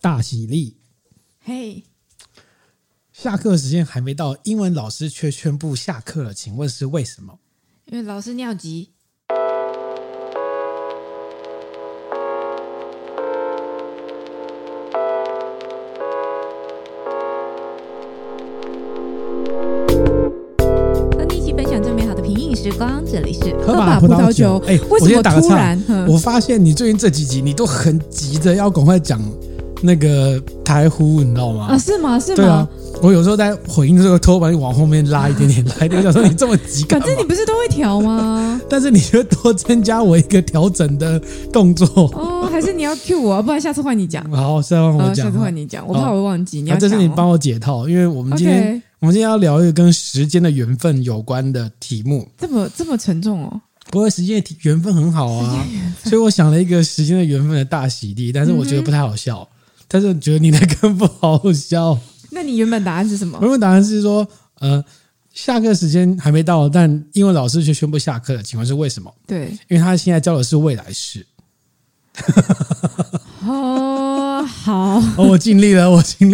大喜力。 嘿， 下课时间还没到，英文老师却宣布下课了，请问是为什么？ 因为老师尿急。和你一起分享最美好的平饮时光，这里是喝吧葡萄酒。 为我什么先打个岔突然？ 我发现你最近这几集你都很急着要赶快讲那个台呼，你知道吗？ 啊，是吗？是吗？ 对啊，我有时候在回应的时候偷把你往后面拉一点点，拉一点，我想说你这么急干嘛？ 反正你不是都会调吗？ 但是你就多增加我一个调整的动作。 哦，还是你要 cue 我，不然下次换你讲。 好，再换我讲。 下次换你讲，我怕我会忘记。你要讲这是你帮我解套，因为我们今天要聊一个跟时间的缘分有关的题目。 这么沉重哦？ 不过时间的缘分很好啊，所以我想了一个时间的缘分的大喜地，但是我觉得不太好笑。但是觉得你的更不好笑。 那你原本答案是什么？ 原本答案是说，下课时间还没到，但英文老师却宣布下课了，请问是为什么？ 对， 因为他现在教的是未来式。 哦，好， 哦，我尽力了。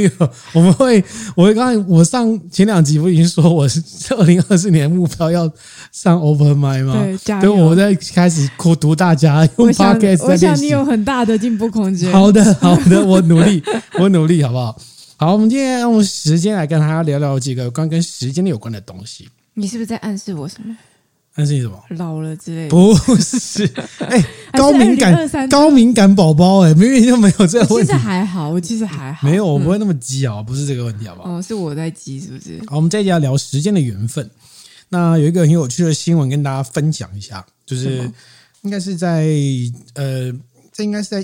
我上前两集不已经说我是2024年目标要上 Open Mic 吗？ 对，加油！ 所以我在开始苦读大家用 Podcast 我想你有很大的进步空间。 好的，我努力，好不好？好，我们今天用时间来跟大家聊聊几个跟时间有关的东西。 你是不是在暗示我什么？ 暗示你什么？ 老了之类的？ 不是，高敏感宝宝，明明就没有这个问题。 我其实还好， 没有，我不会那么急啊，不是这个问题，好不好？ 哦，是我在急，是不是？ 好，我们这一集要聊时间的缘分。那有一个很有趣的新闻跟大家分享一下，就是应该是在这应该是在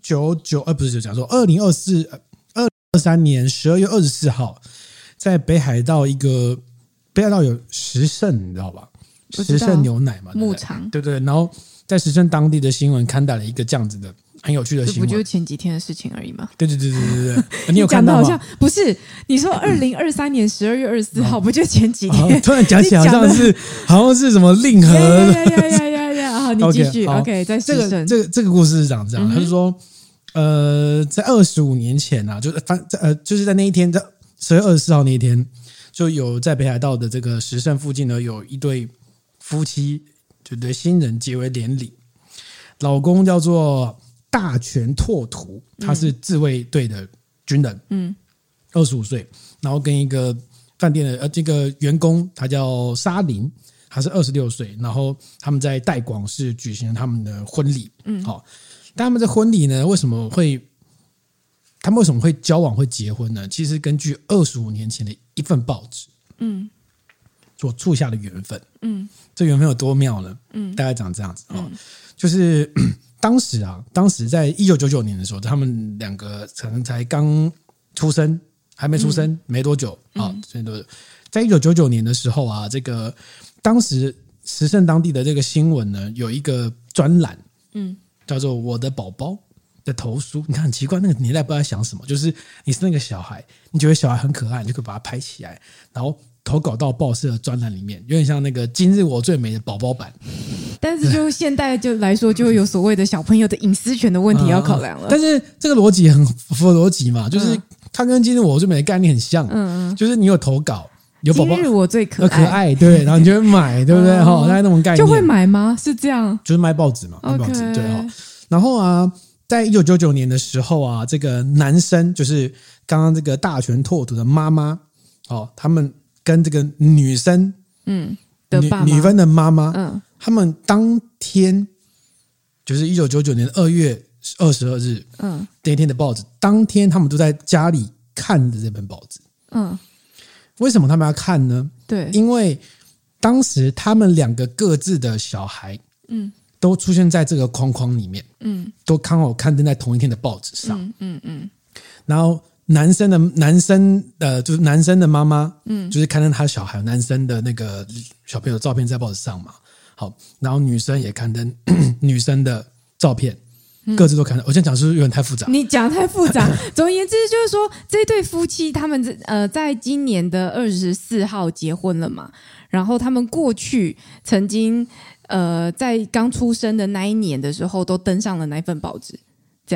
2023年12月24号，在北海道有时盛，你知道吧？时盛牛奶嘛， 牧场， 对，然后在时盛当地的新闻刊登了一个这样子的很有趣的新闻， 这不就是前几天的事情而已吗？ 对，你有看到吗？ 好像不是，你说2023年12月24号，不就前几天？ 突然讲起来好像是什么令和呀，好，你继续。OK， 在时盛这个故事是这样，他是说，在25年前啊，就是在那一天，在10月24号那一天，就有在北海道的这个时盛附近呢，有一对夫妻，就对新人结为连理。老公叫做大泉拓图，他是自卫队的军人，25岁，然后跟一个饭店的这个员工，他叫沙林，他是26岁，然后他们在代广市举行他们的婚礼，好，但他们这婚礼呢，他们为什么会交往会结婚呢？其实根据25年前的一份报纸，所触下的缘分，这缘分有多妙呢？大概长这样子就是当时在1999年的时候，他们两个可能才刚出生，还没出生，没多久啊，在1999年的时候啊，这个当时时盛当地的这个新闻呢，有一个专栏，叫做《我的宝宝》的投书。你看很奇怪，那个年代不知道在想什么，就是你是那个小孩，你觉得小孩很可爱，你就可以把它拍起来，然后投稿到报社的专栏里面，有点像那个今日我最美的宝宝版。 但是就现代就来说，就会有所谓的小朋友的隐私权的问题要考量了。 但是这个逻辑很符合逻辑嘛，就是它跟今日我最美的概念很像，就是你有投稿，有宝宝， 今日我最可爱，对，然后你就会买，对不对？大概那种概念， 就会买吗？是这样， 就是卖报纸嘛，卖报纸，对哈。然后啊，在1999年的时候啊，这个男生就是刚刚这个大泉拓图的妈妈，他们跟这个女生，女方的妈妈，他们当天就是1999年2月22日，那一天的报纸，当天他们都在家里看的这本报纸，为什么他们要看呢？ 对， 因为当时他们两个各自的小孩，都出现在这个框框里面，都刚好刊登在同一天的报纸上，然后男生就是男生的妈妈，就是刊登他小孩男生的那个小朋友的照片在报纸上嘛，好，然后女生也刊登女生的照片，各自都刊登。我现在讲是不是有点太复杂？ 你讲太复杂。总而言之，就是说这对夫妻他们在今年的24号结婚了嘛，然后他们过去曾经在刚出生的那一年的时候都登上了那份报纸，这样。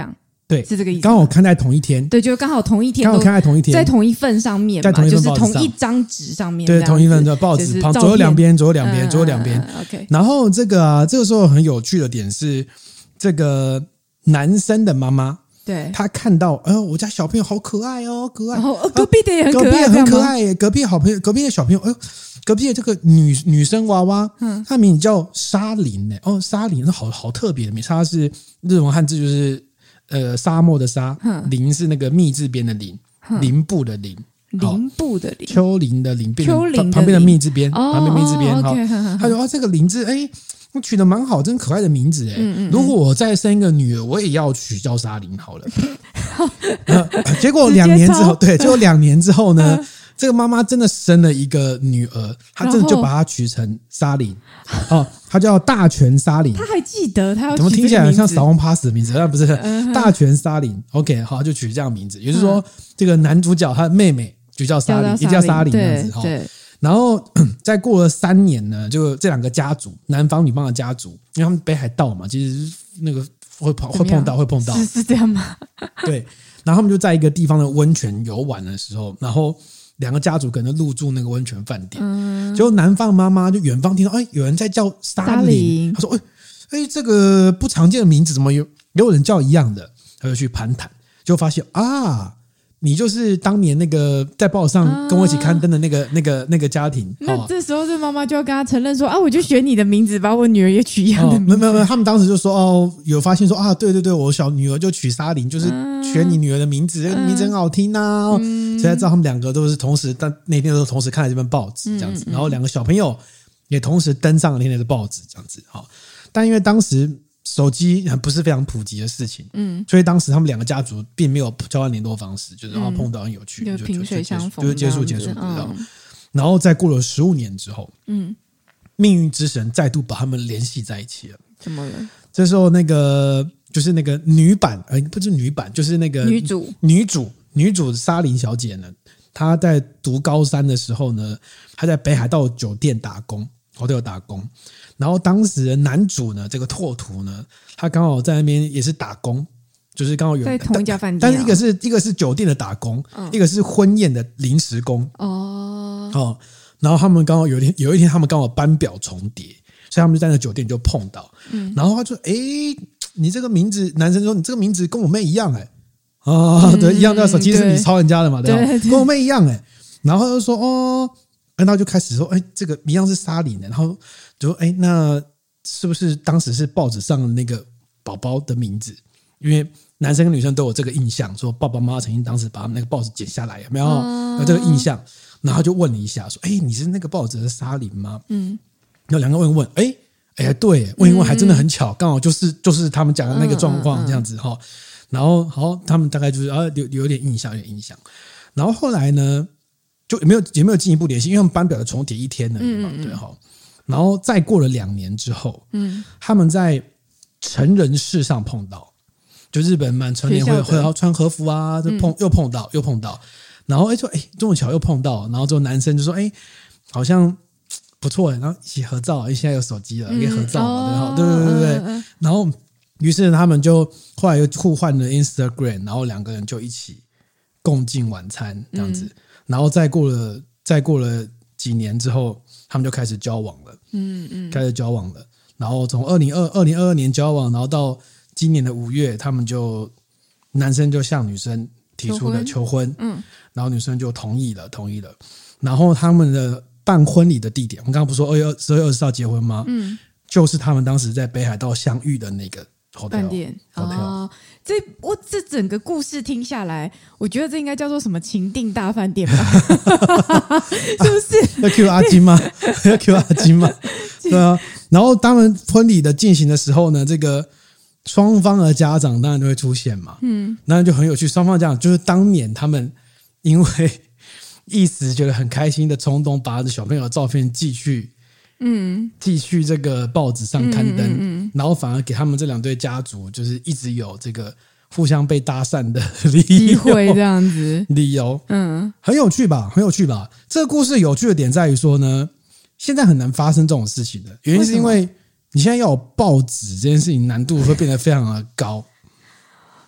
对， 是这个意思吗？ 刚好看在同一天， 对，就刚好同一天， 刚好看在同一天， 在同一份上面嘛， 在同一份就是报纸上同一张纸上面， 对，同一份的报纸旁左右两边 OK。 然后这个时候很有趣的点是，这个男生的妈妈， 对， 他看到，我家小朋友好可爱哦，可爱， 隔壁的也很可爱， 隔壁也很可爱耶，隔壁的小朋友，隔壁的这个女生娃娃，她名字叫沙林呢，沙林，好特别的名字，它是日文汉字，就是沙漠的沙，林是那个密字边的林，林部的林。 林部的林， 丘陵的林， 丘陵旁边的密字边，旁边密字边，好，他说这个林字，取得蛮好，真可爱的名字哎。如果我再生一个女儿，我也要取叫沙林好了。结果2年之后，对，结果2年之后呢，这个妈妈真的生了一个女儿，她真的就把她取成沙林，她叫大泉沙林。 她还记得她要怎么听起来像扫翁 pass 的名字？但不是大泉沙林。OK， 好，就取这样的名字，也就是说，这个男主角他的妹妹就叫沙林，也叫沙林这样子哈。然后再过了3年呢，就这2个家族，男方女方的家族，因为他们北海道嘛，其实那个会碰到， 是这样吗？ 对，然后他们就在一个地方的温泉游玩的时候，然后2个家族可能入住那个温泉饭店，结果男方妈妈就远方听到，有人在叫沙林，他说，这个不常见的名字，怎么有人叫一样的？他就去攀谈，就发现啊。你就是当年那个在报纸上跟我一起刊登的那个家庭。 那这时候这妈妈就要跟他承认说我就选你的名字，把我女儿也取一样的名字。 没有，他们当时就说有发现说对，我小女儿就取沙林，就是选你女儿的名字，名字很好听啊。所以才知道他们2个都是同时，但那天都同时看了这份报纸这样子，然后2个小朋友也同时登上了那天的报纸这样子。但因为当时手机不是非常普及的事情，所以当时他们2个家族并没有交换联络方式，就是碰到很有趣， 就萍水相逢， 就是结束，然后再过了15年之后，命运之神再度把他们联系在一起了。 怎么了？ 这时候那个就是那个女版，不是女版，就是那个女主沙林小姐呢，她在读高3的时候呢，她在北海道酒店打工。然后当时的男主呢，这个拓图呢，他刚好在那边也是打工，就是刚好有在同一家饭店， 但是一个是酒店的打工，一个是婚宴的临时工。然后他们刚好有一天他们刚好班表重叠，所以他们就在那酒店就碰到。然后他就你这个名字，男生说你这个名字跟我妹一样对，一样的手机是你抄人家的嘛，对吧？跟我妹一样然后他就说然后就开始说，这个一样是沙林的，然后就说，那是不是当时是报纸上的那个宝宝的名字？因为男生跟女生都有这个印象，说爸爸妈妈曾经当时把他们那个报纸剪下来，有没有？有这个印象，然后就问了一下，说，你是那个报纸的沙林吗？有2个问，对，问一问还真的很巧，刚好就是他们讲的那个状况这样子哈。然后好，他们大概就是有点印象，然后后来呢？就也没有进一步联系，因为他们班表的重叠1天而已嘛，对哈。然后再过了2年之后，他们在成人式上碰到，就日本满成年会要穿和服啊，又碰到，然后就这么巧又碰到，然后之后男生就说好像不错然后一起合照，因为现在有手机了，可以合照嘛，对。然后于是他们就后来又互换了 Instagram， 然后2个人就一起共进晚餐这样子。然后再过了几年之后，他们就开始交往了。开始交往了。然后从2022年交往，然后到今年的5月，他们男生就向女生提出了求婚。然后女生就同意了。然后他们的办婚礼的地点，我们刚刚不是说12月20号结婚吗？就是他们当时在北海道相遇的那个饭店。这整个故事听下来，我觉得这应该叫做什么情定大饭店吧？是不是？ 要 Q 阿金吗？对啊。然后他们婚礼的进行的时候呢，这个双方的家长当然都会出现嘛。那就很有趣。双方家长就是当年他们因为一时觉得很开心的冲动，把小朋友的照片寄去这个报纸上刊登，然后反而给他们这2对家族就是一直有这个互相被搭讪的机会，这样子理由，很有趣吧？这个故事有趣的点在于说呢，现在很难发生这种事情的原因是因为你现在要有报纸这件事情难度会变得非常的高。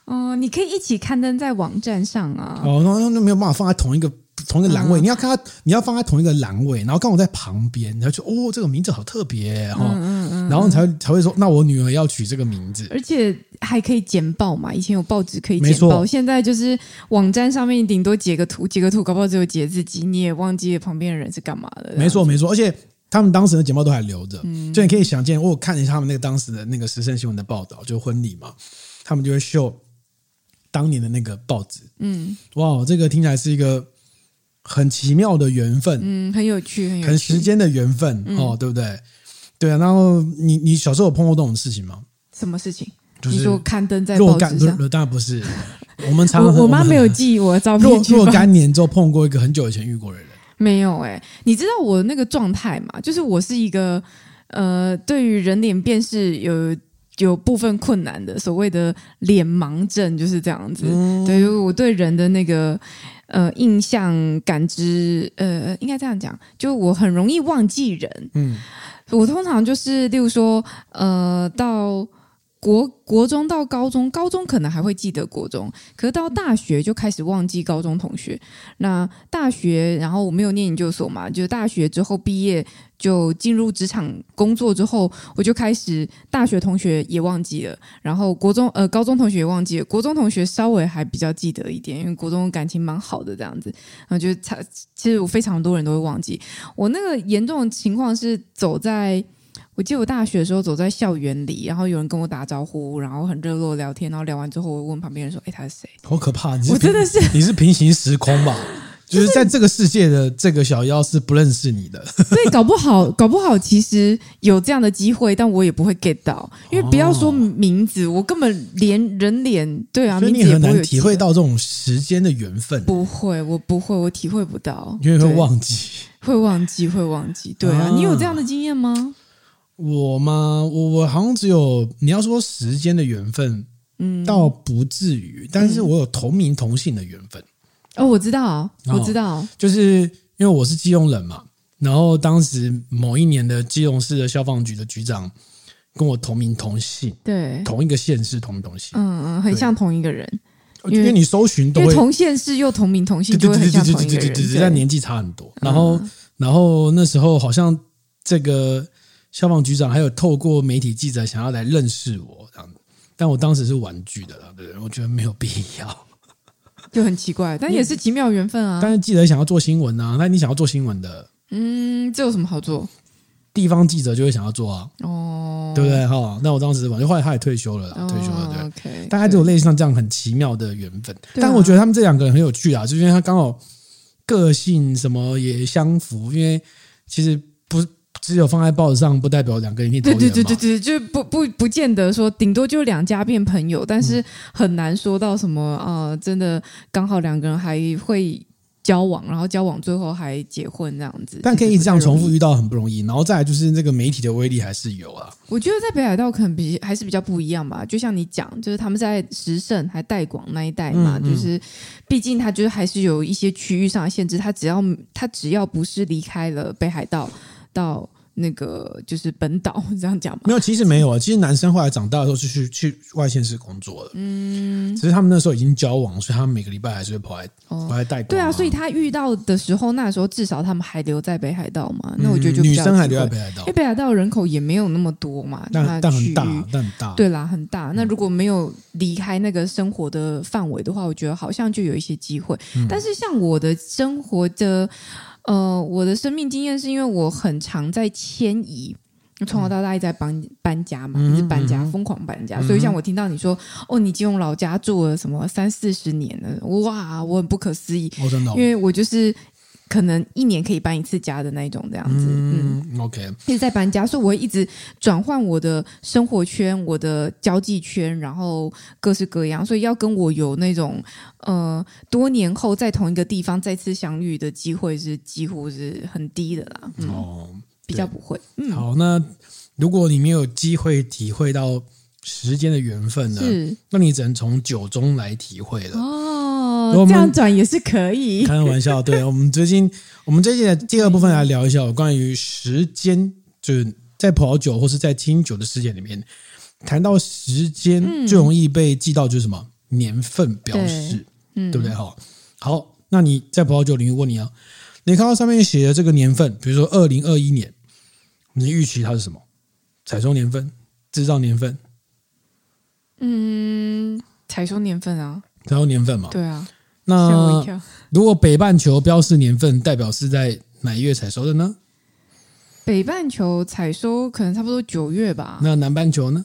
哦，你可以一起刊登在网站上啊。 哦，那没有办法放在同一个栏位，你要看它，你要放在同一个栏位，然后刚好在旁边，然后就这个名字好特别然后才会说，那我女儿要取这个名字， 而且还可以剪报嘛，以前有报纸可以剪报，现在就是网站上面顶多截个图，搞不好只有截自己，你也忘记了旁边的人是干嘛的。 没错，而且他们当时的剪报都还留着，就你可以想见，我有看一下他们那个当时的那个时政新闻的报道，就婚礼嘛，他们就会秀当年的那个报纸，哇，这个听起来是一个很奇妙的缘分， 很有趣， 很时间的缘分对不对？对啊，然后你小时候有碰过这种事情吗？ 什么事情？ 就是你说刊登在报纸上？ 当然不是，我们我妈没有寄我的照片去。 若干年之后碰过一个很久以前遇过的人， 没有你知道我那个状态吗？就是我是一个对于人脸辨识有部分困难的，所谓的脸盲症就是这样子。对，我对人的那个印象感知，应该这样讲，就我很容易忘记人。我通常就是例如说到国中到高中可能还会记得国中，可是到大学就开始忘记高中同学。那大学，然后我没有念研究所嘛，就大学之后毕业就进入职场工作之后，我就开始大学同学也忘记了，然后高中同学也忘记了，国中同学稍微还比较记得一点，因为国中感情蛮好的这样子。然后其实我非常多人都会忘记。我那个严重的情况是我记得我大学的时候走在校园里，然后有人跟我打招呼，然后很热络聊天，然后聊完之后我问旁边人说：“他是谁？” 好可怕！ 我真的是你是平行时空吧？就是在这个世界的这个小妖是不认识你的， 所以搞不好其实有这样的机会，但我也不会 get 到，因为不要说名字，我根本连人脸对啊， 所以你很难体会到这种时间的缘分。 不会，我不会，我体会不到， 因为会忘记， 会忘记。对啊，你有这样的经验吗？ 我吗？我好像只有你要说时间的缘分，倒不至于，但是我有同名同姓的缘分。 我知道， 就是因为我是基隆人嘛，然后当时某一年的基隆市的消防局的局长跟我同名同姓， 对， 同一个县市同名同姓， 很像同一个人。 因为你搜寻都会同县市又同名同姓，就会很像同一个人， 但年纪差很多。然后那时候好像这个消防局长还有透过媒体记者想要来认识我这样子，但我当时是玩具的啦，对不对？我觉得没有必要， 就很奇怪，但也是奇妙缘分啊。 但是记者想要做新闻啊，那你想要做新闻的， 这有什么好做？ 地方记者就会想要做啊，对不对？那我当时玩，就后来他也退休了啦，退休了，对。 Okay, 大概就有类似像这样很奇妙的缘分，但我觉得他们这两个人很有趣啊，就是因为他刚好个性什么也相符，因为其实不只有放在报纸上，不代表两个人一定投缘嘛。 对，就不见得说，顶多就两家变朋友，但是很难说到什么真的刚好两个人还会交往，然后交往最后还结婚这样子。 但可以这样重复遇到很不容易，然后再来就是这个媒体的威力还是有啊。 我觉得在北海道可能还是比较不一样吧，就像你讲，就是他们在石胜还带广那一带嘛，就是毕竟他就是还是有一些区域上的限制，他只要不是离开了北海道到那个就是本岛这样讲吗？ 没有，其实没有啊。其实男生后来长大的时候是去外县市工作了，只是他们那时候已经交往，所以他们每个礼拜还是会跑来带。 对啊，所以他遇到的时候，那时候至少他们还留在北海道嘛。那我觉得就比较女生还留在北海道， 因为北海道人口也没有那么多嘛， 但很大， 对啦，很大。那如果没有离开那个生活的范围的话，我觉得好像就有一些机会。但是像我的生活的。我的生命经验是因为我很常在迁移，从小到大一直在搬家嘛，一直搬家，疯狂搬家。所以像我听到你说，你基隆老家住了什么30-40年了，哇，我很不可思议， 真的， 因为我就是可能1年可以搬一次家的那一种这样子。 OK， 一直在搬家，所以我会一直转换我的生活圈、我的交际圈，然后各式各样，所以要跟我有那种多年后在同一个地方再次相遇的机会是几乎是很低的啦。比较不会。 好，那如果你没有机会体会到时间的缘分呢，那你只能从酒中来体会了。 这样转也是可以。 开玩笑，对。我们最近的第二部分来聊一下有关于时间，就是在葡萄酒或是在清酒的世界里面，谈到时间最容易被记到就是什么？ 年份标示，对不对？好，那你在葡萄酒领域问你啊，你看到上面写的这个年份，比如说2021年，你预期它是什么？采收年份、制造年份？ 采收年份啊， 采收年份嘛。 对啊。 那如果北半球标示年份，代表是在哪一月采收的呢？ 北半球采收可能差不多9月吧。 那南半球呢？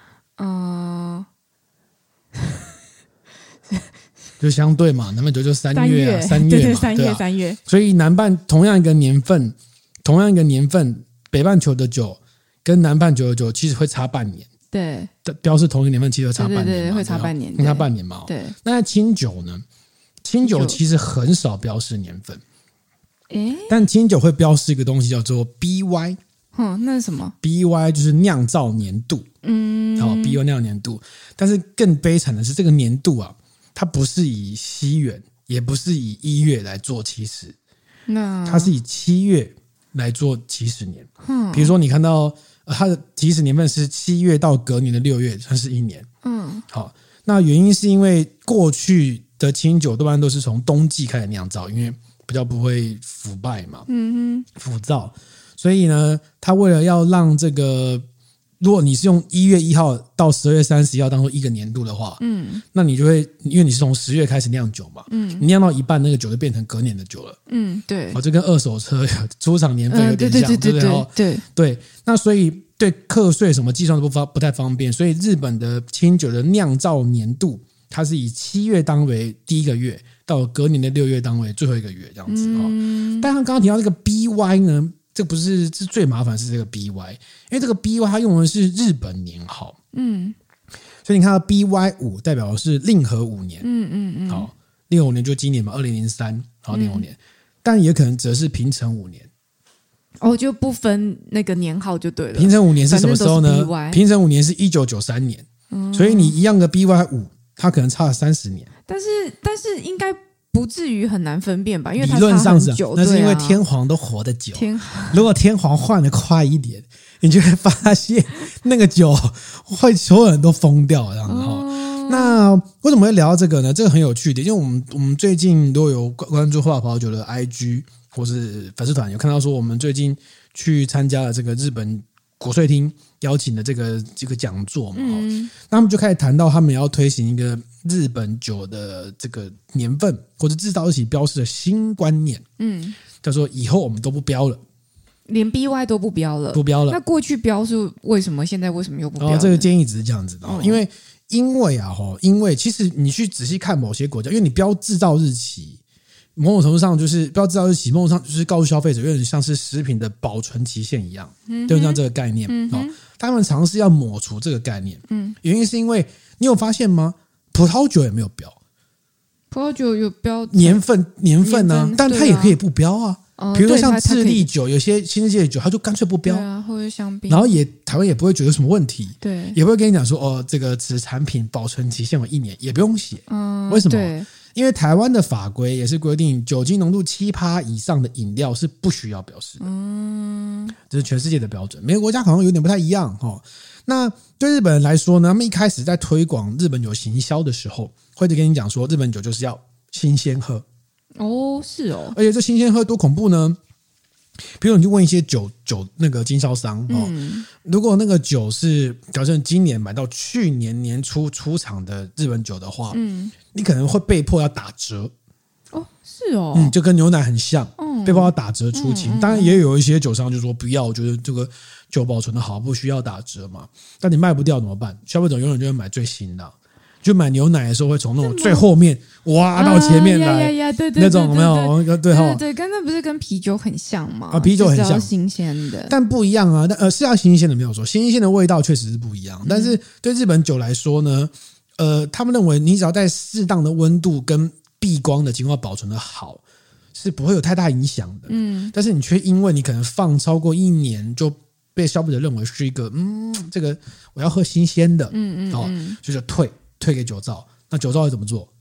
就相对嘛，南半球就3月啊，3月嘛， 对3月。 所以南半同样一个年份，北半球的酒跟南半球的酒其实会差半年。 对， 标示同一个年份，其实会差半年嘛， 对，会差半年， 差半年嘛。 对， 那清酒呢？清酒其实很少标示年份，但清酒会标示一个东西叫做 BY。 那是什么 ？BY 就是酿造年度。BY 酿造年度，但是更悲惨的是，这个年度啊，它不是以西元，也不是以1月来做起始，它是以7月来做起始年。比如说你看到它的起始年份是7月到隔年的6月，算是1年。好，那原因是因为过去的清酒多半都是从冬季开始酿造，因为比较不会腐败嘛，腐燥，所以呢，它为了要让这个，如果你是用1月1号到12月31号当做一个年度的话，那你就会，因为你是从10月开始酿酒嘛，你酿到一半，那个酒就变成隔年的酒了， 对， 就跟二手车出厂年份有点像，对不对？对，那所以对课税什么计算都不太方便，所以日本的清酒的酿造年度，它是以7月当为第一个月，到隔年的6月当为最后一个月这样子。但他刚刚提到这个 BY 呢，这不是最麻烦是这个 BY， 因为这个 BY 它用的是日本年号，所以你看到 BY5 代表的是令和5年，好，令和5年就今年嘛，2003，好，令和5年，但也可能则是平成5年。 就不分那个年号就对了。 平成5年是什么时候呢？平成5年是1993年，所以你一样的 BY5，它可能差了30年。 但是应该不至于很难分辨吧？因为它理论上是， 久， 那是因为天皇都活得久。如果天皇换得快一点，你就会发现那个酒会所有人都疯掉这样子。那为什么会聊到这个呢？这个很有趣的，因为我们最近都有关注花跑酒的 IG 或是粉丝团，有看到说我们最近去参加了这个日本国税厅邀请的这个讲座嘛，那他们就开始谈到他们要推行一个日本酒的这个年份或者制造日期标示的新观念，叫做以后我们都不标了， 连 BY 都不标了，那过去标是为什么？现在为什么又不标？ 这个建议只是这样子的，因为其实你去仔细看某些国家，因为你标制造日期，某种程度上就是标制造日期，某种程度上就是告诉消费者，有点像是食品的保存期限一样，就像这个概念。他们尝试要抹除这个概念，原因是因为你有发现吗？葡萄酒也没有标， 葡萄酒有标年份呢，但它也可以不标啊。比如说像智利酒，有些新世界的酒，它就干脆不标， 或者香槟， 然后台湾也不会觉得有什么问题， 对， 也不会跟你讲说这个此产品保存期限为1年，也不用写。为什么？因为台湾的法规也是规定，酒精浓度7%以上的饮料是不需要标示的。这是全世界的标准，每个国家好像有点不太一样。那对日本人来说呢，他们一开始在推广日本酒行销的时候，会跟你讲说，日本酒就是要新鲜喝。 是哦， 而且这新鲜喝多恐怖呢？比如你去问一些酒那个经销商如果那个酒是假设今年买到去年年初出厂的日本酒的话，你可能会被迫要打折。 是哦， 就跟牛奶很像，被迫要打折出清。当然也有一些酒商就说不要，我觉得这个酒保存的好，不需要打折嘛。但你卖不掉怎么办？消费者永远就会买最新的。就买牛奶的时候会从那种最后面挖到前面来， 对那种有没有？ 对，刚才不是跟啤酒很像吗？ 啤酒很像， 新鲜的， 但不一样啊。是要新鲜的，没有说新鲜的味道确实是不一样。但是对日本酒来说呢，他们认为你只要在适当的温度跟避光的情况保存的好，是不会有太大影响的。但是你却因为你可能放超过1年，就被消费者认为是一个这个我要喝新鲜的，就是退给酒造。那酒造会怎么做？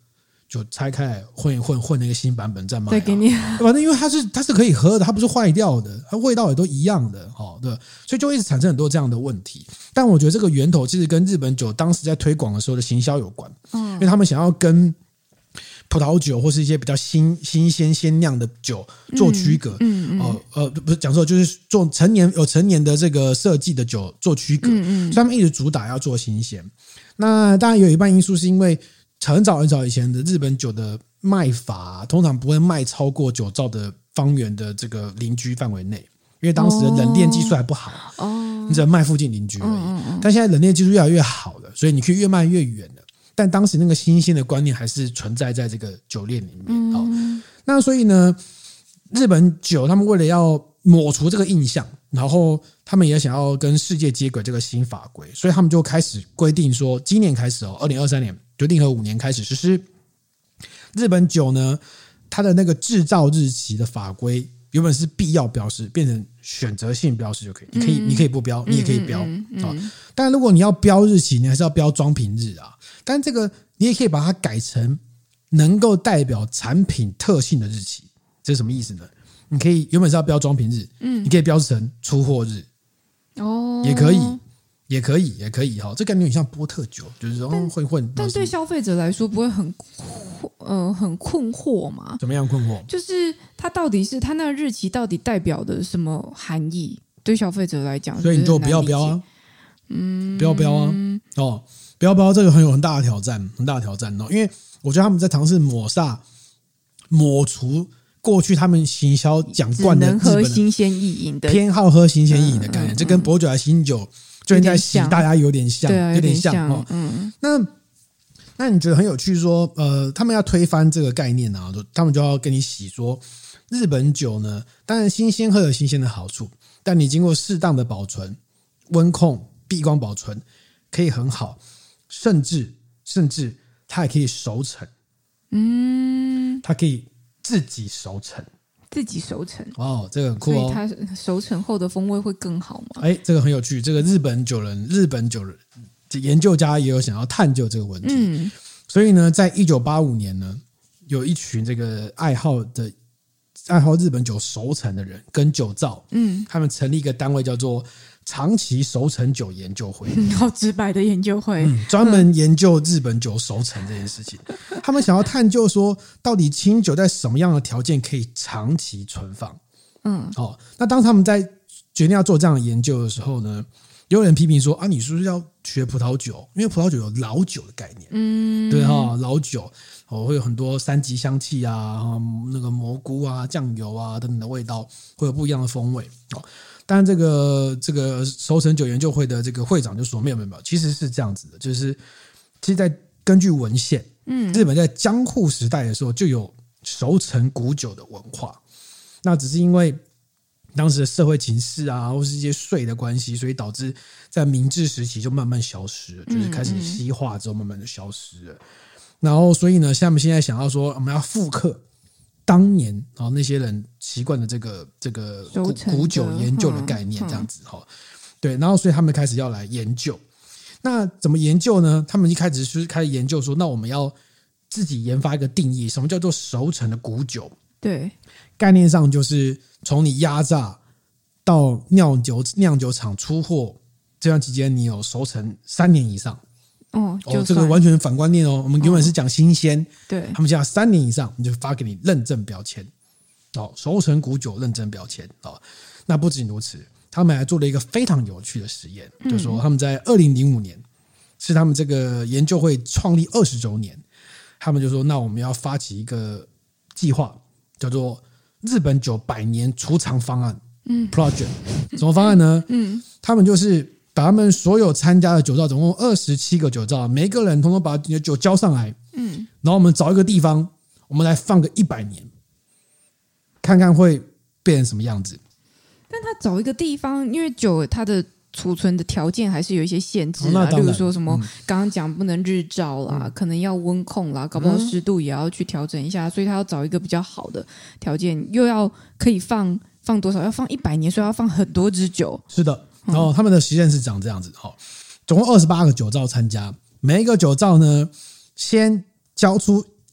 就拆开来混一混那个新版本再卖、啊， 再给你。 反正因为它是可以喝的，它不是坏掉的，它味道也都一样的，对，所以就一直产生很多这样的问题。但我觉得这个源头其实跟日本酒当时在推广的时候的行销有关，因为他们想要跟葡萄酒或是一些比较新鲜鲜酿的酒做区隔，不是讲错，就是做有成年的这个设计的酒做区隔，所以他们一直主打要做新鲜。那当然有一半因素是因为很早以前的日本酒的卖法、通常不会卖超过9兆的方圆的这个邻居范围内，因为当时的冷链技术还不好，你只能卖附近邻居而已。但现在冷链技术越来越好了，所以你可以越卖越远了。但当时那个新鲜的观念还是存在这个酒链里面。那所以呢，日本酒他们为了要抹除这个印象，然后他们也想要跟世界接轨这个新法规，所以他们就开始规定说，今年开始2023年就令和5年开始实施日本酒呢，它的那个制造日期的法规原本是必要标示，变成选择性标示就可以。你可以不标，你也可以标。但如果你要标日期，你还是要标装瓶日啊。但这个你也可以把它改成能够代表产品特性的日期。这是什么意思呢？你可以原本是要标装瓶日，你可以标成出货日，也可以哈。这感觉很像波特酒，就是会混。 但对消费者来说，不会很困惑吗？ 怎么样困惑？ 就是它到底是它那个日期到底代表的什么含义？对消费者来讲， 所以你就不要标啊，不要标啊，不要标，这个很大的挑战，因为我觉得他们在尝试抹除过去他们行销讲惯的日本只能喝新鲜意饮的偏好喝新鲜意饮的概念，这跟薄酒还新酒最近在洗大家有点像，有点像。那你觉得很有趣说，他们要推翻这个概念啊，他们就要跟你洗说，日本酒呢，当然新鲜喝有新鲜的好处，但你经过适当的保存、温控、避光保存，可以很好，甚至它也可以熟成，它可以自己熟成这个很酷哦。 所以它熟成后的风味会更好吗？ 这个很有趣。这个日本酒人研究家也有想要探究这个问题。所以呢，在1985年呢，有一群这个爱好日本酒熟成的人跟酒造，他们成立一个单位叫做长期熟成酒研究会， 好直白的研究会， 专门研究日本酒熟成这件事情。他们想要探究说，到底清酒在什么样的条件可以长期存放？那当他们在决定要做这样的研究的时候呢，有人批评说啊，你是不是要学葡萄酒？因为葡萄酒有老酒的概念，对哈，老酒会有很多三级香气啊，那个蘑菇啊、酱油啊等等的味道，会有不一样的风味。当然，这个熟成酒研究会的这个会长就说没有，其实是这样子的，就是其实在根据文献，日本在江户时代的时候就有熟成古酒的文化，那只是因为当时的社会情势啊，或是一些税的关系，所以导致在明治时期就慢慢消失了，就是开始西化之后慢慢的消失了。然后所以呢，他们现在想要说，我们要复刻当年那些人习惯的这个古酒研究的概念，这样子对，然后所以他们开始要来研究。那怎么研究呢？他们一开始是开始研究说，那我们要自己研发一个定义，什么叫做熟成的古酒？ 对， 概念上就是从你压榨到酿酒厂出货这段期间，你有熟成3年以上。这个完全反观念哦。我们原本是讲新鲜， 对， 他们讲3年以上，你就发给你认证标签，熟成古酒认证标签。那不仅如此，他们还做了一个非常有趣的实验，就是说他们在2005年是他们这个研究会创立20周年，他们就说，那我们要发起一个计划，叫做日本酒100年储藏方案，project。什么方案呢？他们就是把他们所有参加的酒造，总共27个酒造，每一个人统统把你的酒交上来，然后我们找一个地方，我们来放个100年，看看会变成什么样子。 但他找一个地方，因为酒它的储存的条件还是有一些限制啦，例如说什么刚刚讲不能日照啦，可能要温控啦，搞不好湿度也要去调整一下，所以他要找一个比较好的条件，又要可以放多少？要放100年，所以要放很多支酒。 是的，然后他们的实验是长这样子，总共28个酒造参加，每一个酒造呢先交出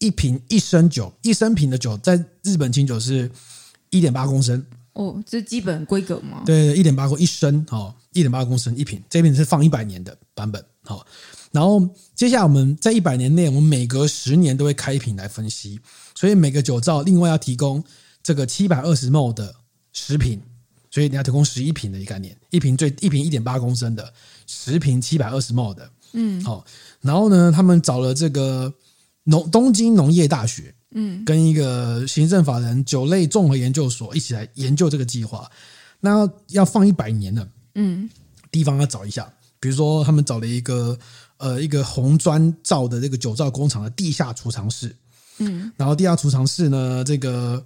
一升酒，1升瓶的酒在日本清酒是 1.8 公升。 哦，这是基本规格吗？ 对，1.8公1升1.8公升一瓶，这瓶是放100年的版本然后接下来我们在100年内，我们每隔10年都会开一瓶来分析，所以每个酒造另外要提供这个720ml 的10瓶，所以你要提供11瓶的一个概念，一瓶 1.8 公升的，10瓶720ml 的，然后呢，他们找了这个东京农业大学，跟一个行政法人酒类综合研究所一起来研究这个计划。那要放100年了，地方要找一下，比如说他们找了一个红砖造的这个酒造工厂的地下储藏室，然后地下储藏室呢，这个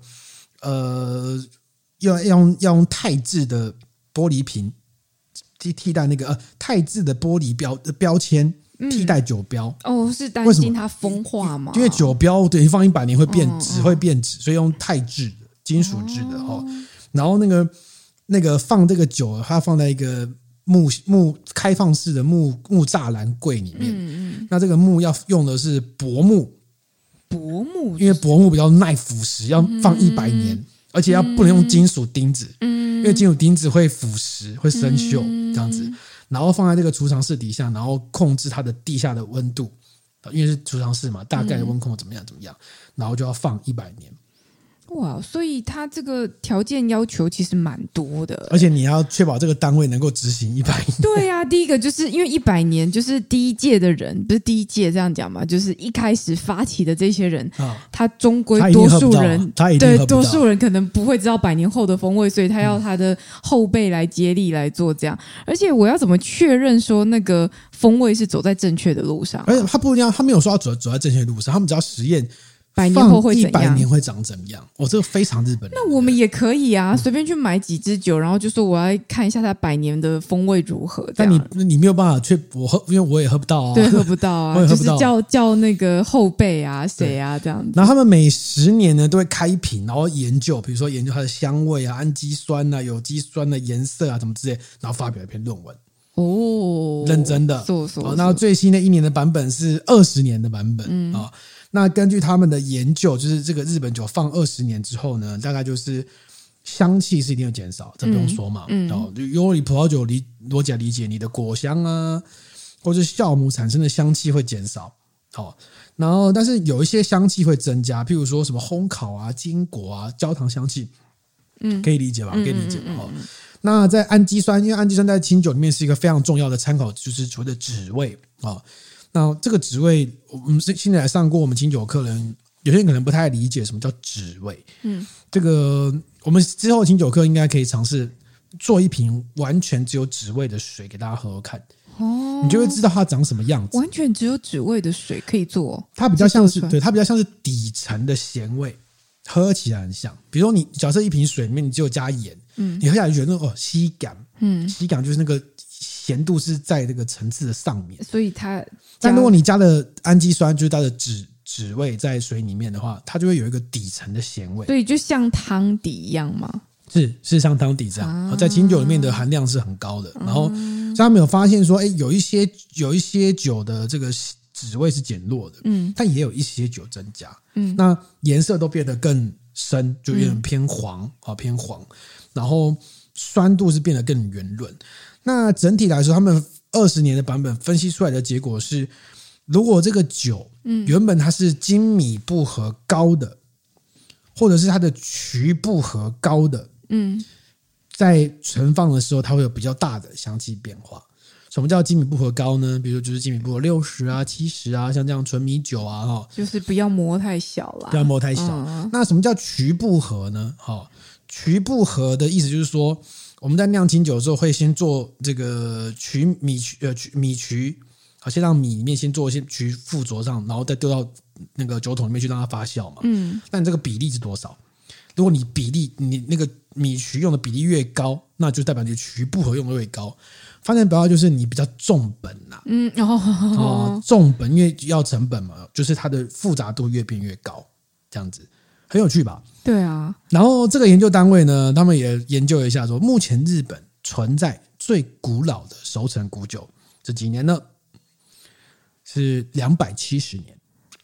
要用钛制的玻璃瓶替代那个钛制的玻璃标签。替代酒标是担心它风化吗？ 因为酒标对放100年会变质，会变质，所以用钛制的、金属制的然后那个放这个酒，它放在一个木开放式的木栅栏柜里面。那这个木要用的是柏木，因为柏木比较耐腐蚀，要放100年，而且不能用金属钉子，因为金属钉子会腐蚀、会生锈这样子。然后放在这个储藏室底下，然后控制它的地下的温度，因为是储藏室嘛，大概的温控怎么样，然后就要放100年。 哇，所以它这个条件要求其实蛮多的， 而且你要确保这个单位能够执行100年。 对啊，第一个就是因为100年就是第一届的人，不是第一届这样讲嘛，就是一开始发起的这些人，他终归多数人，对多数人可能不会知道100年后的风味，所以他要他的后辈来接力来做这样。而且我要怎么确认说那个风味是走在正确的路上？ 而且他不一样，他没有说要走在正确的路上，他们只要实验。 100年后会怎样？100 年会长怎么样？这个非常日本人。 那我们也可以啊，随便去买几支酒，然后就说我要看一下它100年的风味如何。 但你没有办法我喝，因为我也喝不到啊。 对，喝不到啊， 我也喝不到就是叫那个后辈啊，谁啊这样子。 然后他们每10年呢都会开瓶，然后研究，比如说研究它的香味啊、氨基酸啊、有机酸的颜色啊什么之类，然后发表一篇论文。认真的。那最新的1年的版本是20年的版本那根据他们的研究，就是这个日本酒放20年之后呢，大概就是香气是一定会减少，这不用说嘛。如果你葡萄酒逻辑来理解，你的果香啊，或者酵母产生的香气会减少。然后但是有一些香气会增加，譬如说什么烘烤啊、坚果啊、焦糖香气，可以理解吧？可以理解吧？那在氨基酸，因为氨基酸在清酒里面是一个非常重要的参考，就是所谓的酯味那这个酯味，我们现在来上过我们清酒课人，有些人可能不太理解什么叫酯味。这个我们之后清酒课应该可以尝试做一瓶完全只有酯味的水给大家喝喝看。你就会知道它长什么样子。 完全只有酯味的水可以做， 它比较像是它比较像是底层的咸味，喝起来很像。比如说你假设一瓶水里面你只有加盐，你喝起来就觉得吸感，吸感就是那个咸度是在这个层次的上面， 所以它。 但如果你加了氨基酸，就是它的酯味在水里面的话，它就会有一个底层的咸味， 所以就像汤底一样吗？ 是像汤底这样，在清酒里面的含量是很高的。然后，所以他们有发现说，有一些酒的这个酯味是减弱的，但也有一些酒增加，那颜色都变得更深，就有点偏黄，偏黄。然后酸度是变得更圆润。那整体来说，他们20年的版本分析出来的结果是，如果这个酒原本它是精米不合高的，或者是它的曲不合高的，在存放的时候它会有比较大的香气变化。什么叫精米不合高呢？比如说就是精米不合60啊、70啊，像这样纯米酒啊， 就是不要磨太小啦， 不要磨太小。那什么叫曲不合呢？曲不合的意思就是说，我们在酿清酒的时候会先做这个米曲，先让米里面先做一些曲附着上，然后再丢到那个酒桶里面去让它发酵嘛。那你这个比例是多少？如果你那个米曲用的比例越高，那就代表你曲不合用的越高。发展表达就是你比较重本啦，重本，因为要成本嘛，就是它的复杂度越变越高，这样子很有趣吧？ 对啊。 然后这个研究单位呢，他们也研究一下说，目前日本存在最古老的熟成古酒，这几年呢是270年。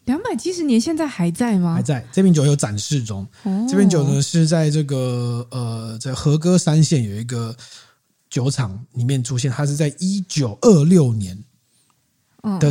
270年现在还在吗？ 还在，这瓶酒有展示中。这瓶酒呢是在这个在和歌山县有一个酒厂里面出现，它是在1926年的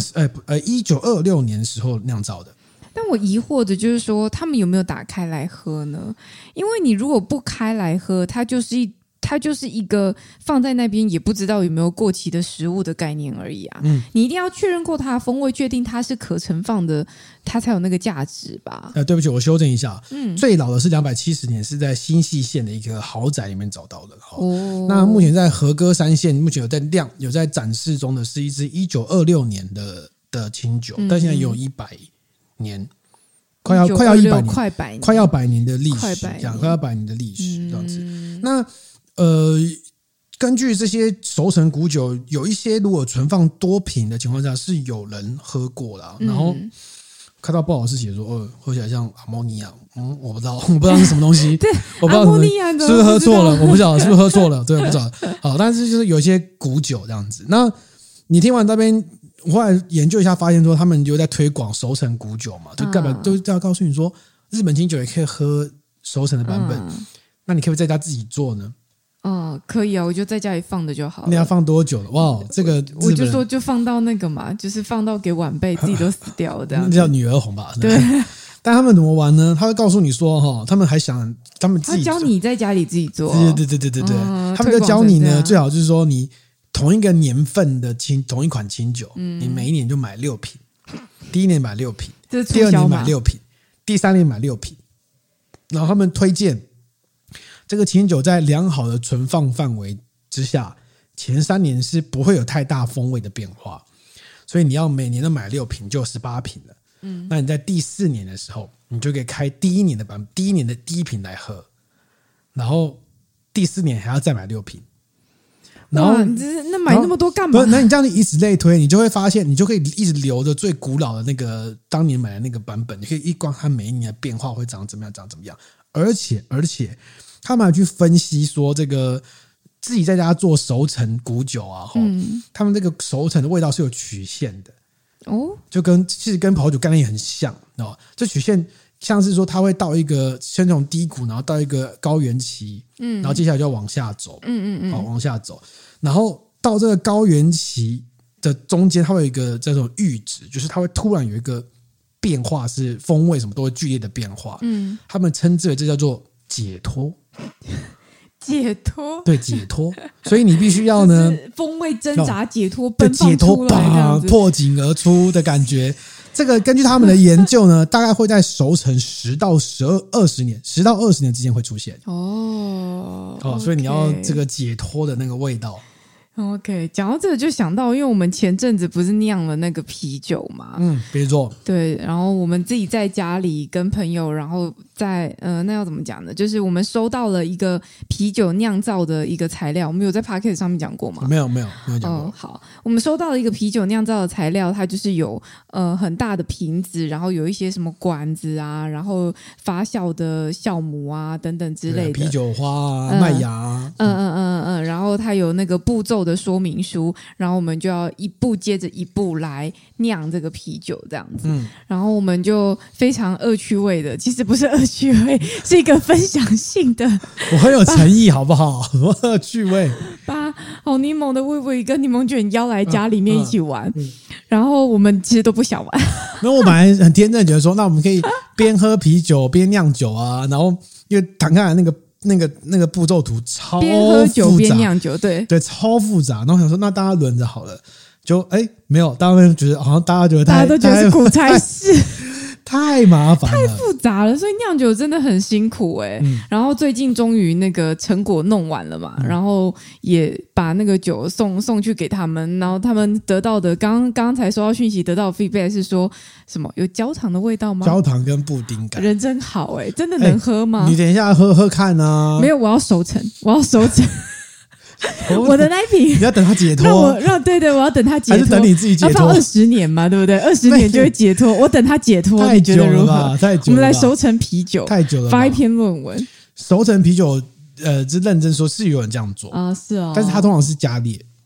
1926年时候酿造的。 但我疑惑的就是说，他们有没有打开来喝呢？因为你如果不开来喝，它就是一个放在那边也不知道有没有过期的食物的概念而已啊。你一定要确认过它的风味，确定它是可盛放的，它才有那个价值吧。 对不起，我修正一下，最老的是270年，是在新细县的一个豪宅里面找到的。那目前在和歌山县，目前有在展示中的是一支1926年的清酒，但现在有100年，快要100年，快要100年的历史，快要100年的历史这样子。那根据这些熟成古酒，有一些如果存放多瓶的情况下，是有人喝过的，然后看到不好是写说，喝起来像阿莫尼亚，我不知道是什么东西， 对， 我不知道阿莫尼亚是不是喝错了，我不知道是不是喝错了，对，我不知道。好，但是就是有一些古酒这样子。那你听完这边，我后来研究一下，发现说他们就在推广熟成古酒嘛，就根本都要告诉你说，日本清酒也可以喝熟成的版本。那你可不可以在家自己做呢？ 可以啊，我就在家里放的就好了。 你要放多久了？哇，这个我就说就放到那个嘛，就是放到给晚辈，自己都死掉了这样。 那叫女儿红吧？ 对。 但他们怎么玩呢？他会告诉你说，他们还想他们自己教你在家里自己做。 对，他们就教你呢，最好就是说你同一个年份的同一款清酒，你每一年就买6瓶，第一年买6瓶，第二年买6瓶，第三年买6瓶，然后他们推荐。这个清酒在良好的存放范围之下，前3年是不会有太大风味的变化，所以你要每年都买6瓶，就18瓶了。那你在第4年的时候，你就可以开第一年的第一瓶来喝，然后第4年还要再买6瓶。然后那买那么多干嘛？ 不是，那你这样以此类推，你就会发现，你就可以一直留着最古老的那个当年买的那个版本，你可以一观它每一年的变化会长怎么样，而且。他们还去分析说，这个自己在家做熟成古酒啊，他们这个熟成的味道是有曲线的就其实跟葡萄酒概念很像这曲线像是说它会到一个先从低谷，然后到一个高原期，然后接下来就要往下走，往下走，然后到这个高原期的中间，它会有一个这种阈值，就是它会突然有一个变化，是风味什么都会剧烈的变化，他们称之为这叫做解脱。对，解脱，所以你必须要呢， 风味挣扎解脱，奔放出来，破井而出的感觉。这个根据他们的研究呢，大概会在熟成10到20年之间会出现。所以你要这个解脱的那个味道。 OK， 讲到这个就想到，因为我们前阵子不是酿了那个啤酒嘛， 没错， 对，然后我们自己在家里跟朋友，然后在那要怎么讲呢？就是我们收到了一个啤酒酿造的一个材料，我们有在 Podcast 上面讲过吗？ 没有讲过。 好，我们收到了一个啤酒酿造的材料，它就是有很大的瓶子，然后有一些什么管子啊，然后发酵的酵母啊等等之类的， 啤酒花啊，麦芽然后它有那个步骤的说明书，然后我们就要一步接着一步来酿这个啤酒这样子，然后我们就非常恶趣味的，其实不是恶趣味，是一个分享性的， 我很有诚意好不好？恶趣味， 把好柠檬的味味跟柠檬卷邀来家里面一起玩，然后我们其实都不想玩。 那我本来很天真觉得说，那我们可以边喝啤酒边酿酒啊，然后因为谈看来那个步骤图超复杂， 边喝酒边酿酒，对， 超复杂。然后想说，那大家轮着好了，就没有，大家觉得好像大家都觉得是苦差事， 太麻烦了， 太复杂了，所以酿酒真的很辛苦然后最近终于那个成果弄完了嘛，然后也把那个酒送去给他们，然后他们得到的刚才收到讯息得到的 feedback 是说什么有焦糖的味道吗？ 焦糖跟布丁感， 人真好真的能喝吗？ 你等一下喝喝看啊。 没有，我要熟成。我的那一瓶， 你要等它解脱。 对，我要等它解脱， 还是等你自己解脱？ 要放20年嘛，对不对？20年就会解脱。我等它解脱，你觉得如何？ 太久了， 我们来熟成啤酒， 太久了， 发一篇论文。 熟成啤酒，是认真说是有人这样做啊，是哦， 但是它通常是加烈，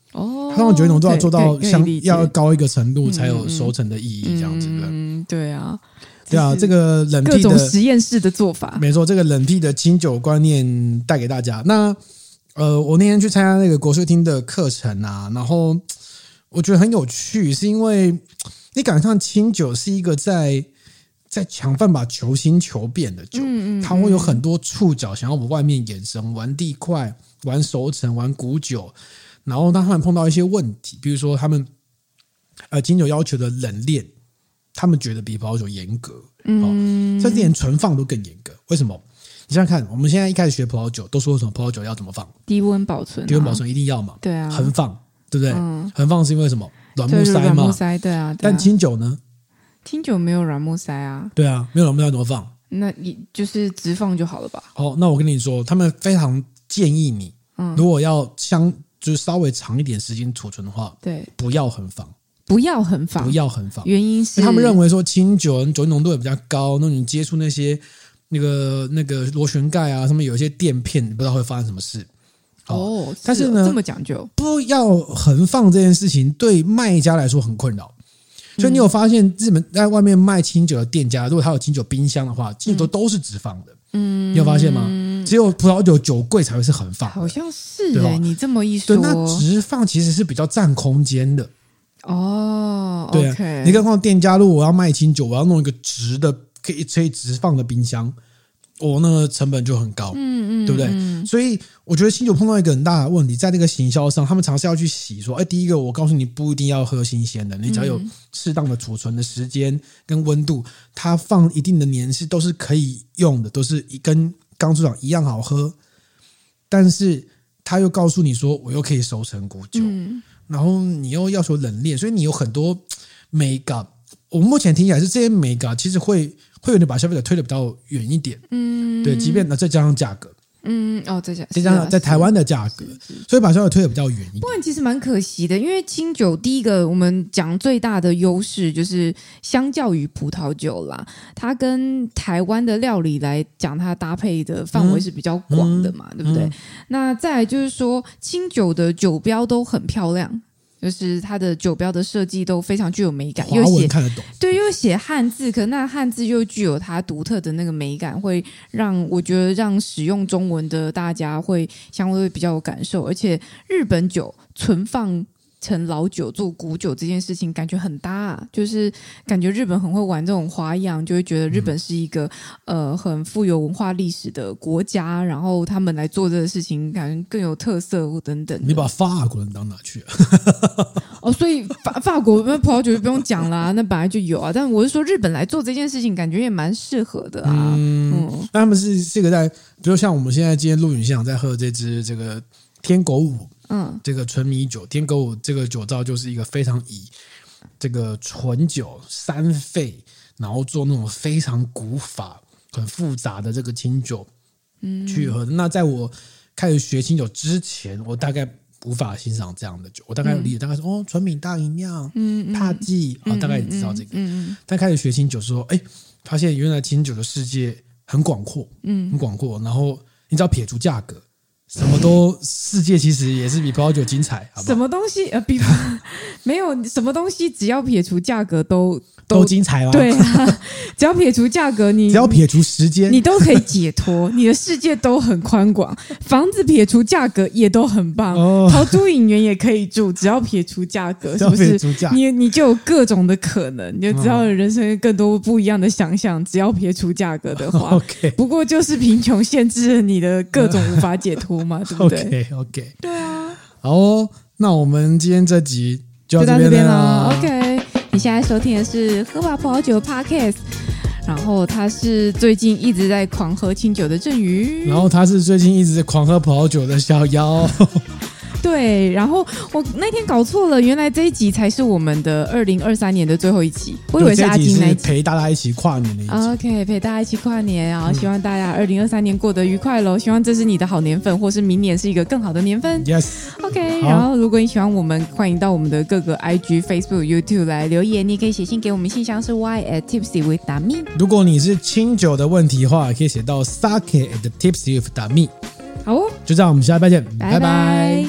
哦，通常酒农都要做到要高一个程度才有收成的意义，这样子的。 对啊。 对啊，这个冷僻的各种实验室的做法， 没错，这个冷僻的清酒观念带给大家。那我那天去参加那个国税厅的课程啊，然后我觉得很有趣，是因为你感觉上清酒是一个在抢办法求新求变的酒，它会有很多触角想要往外面延伸，玩地块、玩熟成、玩古酒，然后当他们碰到一些问题，比如说他们清酒要求的冷链。他们觉得比葡萄酒严格，甚至连存放都更严格。为什么？你想想看，我们现在一开始学葡萄酒，都说什么葡萄酒要怎么放？ 低温保存， 低温保存一定要嘛？ 对啊， 横放，对不对？横放是因为什么？软木塞嘛。 软木塞，对啊。 但清酒呢？ 清酒没有软木塞啊。 对啊，没有软木塞怎么放？ 那你就是直放就好了吧？ 那我跟你说，他们非常建议你，如果要就是稍微长一点时间储存的话， 对， 不要横放。 不要横放，原因是他们认为说清酒酒精浓度也比较高，那你接触那些那个螺旋盖啊，上面有一些垫片，你不知道会发生什么事。但是呢， 这么讲究， 不要横放这件事情对卖家来说很困扰。所以你有发现日本在外面卖清酒的店家，如果他有清酒冰箱的话，清酒都是直放的。你有发现吗？只有葡萄酒酒柜才会是横放的。 好像是你这么一说， 对，那直放其实是比较占空间的。对啊， okay 你看店家，如果我要卖清酒，我要弄一个直的可以直放的冰箱，那个成本就很高，对不对？所以我觉得清酒碰到一个很大的问题，在这个行销上，他们尝试要去洗说，第一个我告诉你不一定要喝新鲜的，你只要有适当的储存的时间跟温度，它放一定的年式都是可以用的，都是跟刚出厂一样好喝，但是他又告诉你说，我又可以熟成古酒。然后你又要求冷链，所以你有很多美感。我目前听起来是这些美感其实会有点把消费者推得比较远一点。对，即便再加上价格，再加上在台湾的价格，所以把消费者推得比较远一点。 不然其实蛮可惜的，因为清酒第一个我们讲最大的优势就是相较于葡萄酒啦，它跟台湾的料理来讲，它搭配的范围是比较广的嘛，对不对？那再来就是说，清酒的酒标都很漂亮。就是它的酒标的设计都非常具有美感， 华文看得懂， 对，又写汉字，可那汉字又具有它独特的那个美感，会我觉得让使用中文的大家会相对比较有感受，而且日本酒存放成老酒做古酒这件事情感觉很搭就是感觉日本很会玩这种花样，就会觉得日本是一个很富有文化历史的国家，然后他们来做这个事情感觉更有特色等等。 你把法国人当哪去所以法国那葡萄酒就不用讲啦，那本来就有但我是说日本来做这件事情感觉也蛮适合的那他们是这个在比如像我们现在今天录影现场在喝这支这个天狗舞这个纯米酒，天狗舞这个酒造就是一个非常以这个纯酒三沸，然后做那种非常古法很复杂的这个清酒去喝。那在我开始学清酒之前，我大概无法欣赏这样的酒，我大概有理解，大概说纯米大吟酿帕基大概也知道这个但开始学清酒说发现原来清酒的世界很广阔很广阔，然后你只要撇除价格，什么都世界其实也是比葡萄酒精彩，好不好？ 什么东西没有什么东西，只要撇除价格都精彩吗？ 对只要撇除价格，只要撇除时间， 你都可以解脱，你的世界都很宽广。房子撇除价格也都很棒，陶朱隐园也可以住，只要撇除价格，是不是？你就有各种的可能，你就知道人生更多不一样的想象。只要撇除价格的话不过就是贫穷限制了你的各种无法解脱嘛，对不对 ？OK， 对啊。 好那我们今天这集就到这边了。 OK， 你现在收听的是喝吧葡萄酒 Podcast， 然后他是最近一直在狂喝清酒的郑宇， 然后他是最近一直在狂喝葡萄酒的小妖。 对，然后我那天搞错了，原来这一集才是我们的2023年的最后一集，我以为是阿金那一集， 陪大家一起跨年的一集。 OK， 陪大家一起跨年，然后希望大家2023年过得愉快咯，希望这是你的好年份，或是明年是一个更好的年份。 Yes。 OK， 然后如果你喜欢我们，欢迎到我们的各个 IG、Facebook、YouTube 来留言，你可以写信给我们，信箱是 y@tipsywith.me。 如果你是清酒的问题的话，可以写到 sake@tipsywith.me。 好哦， 就这样，我们下礼拜见，拜拜。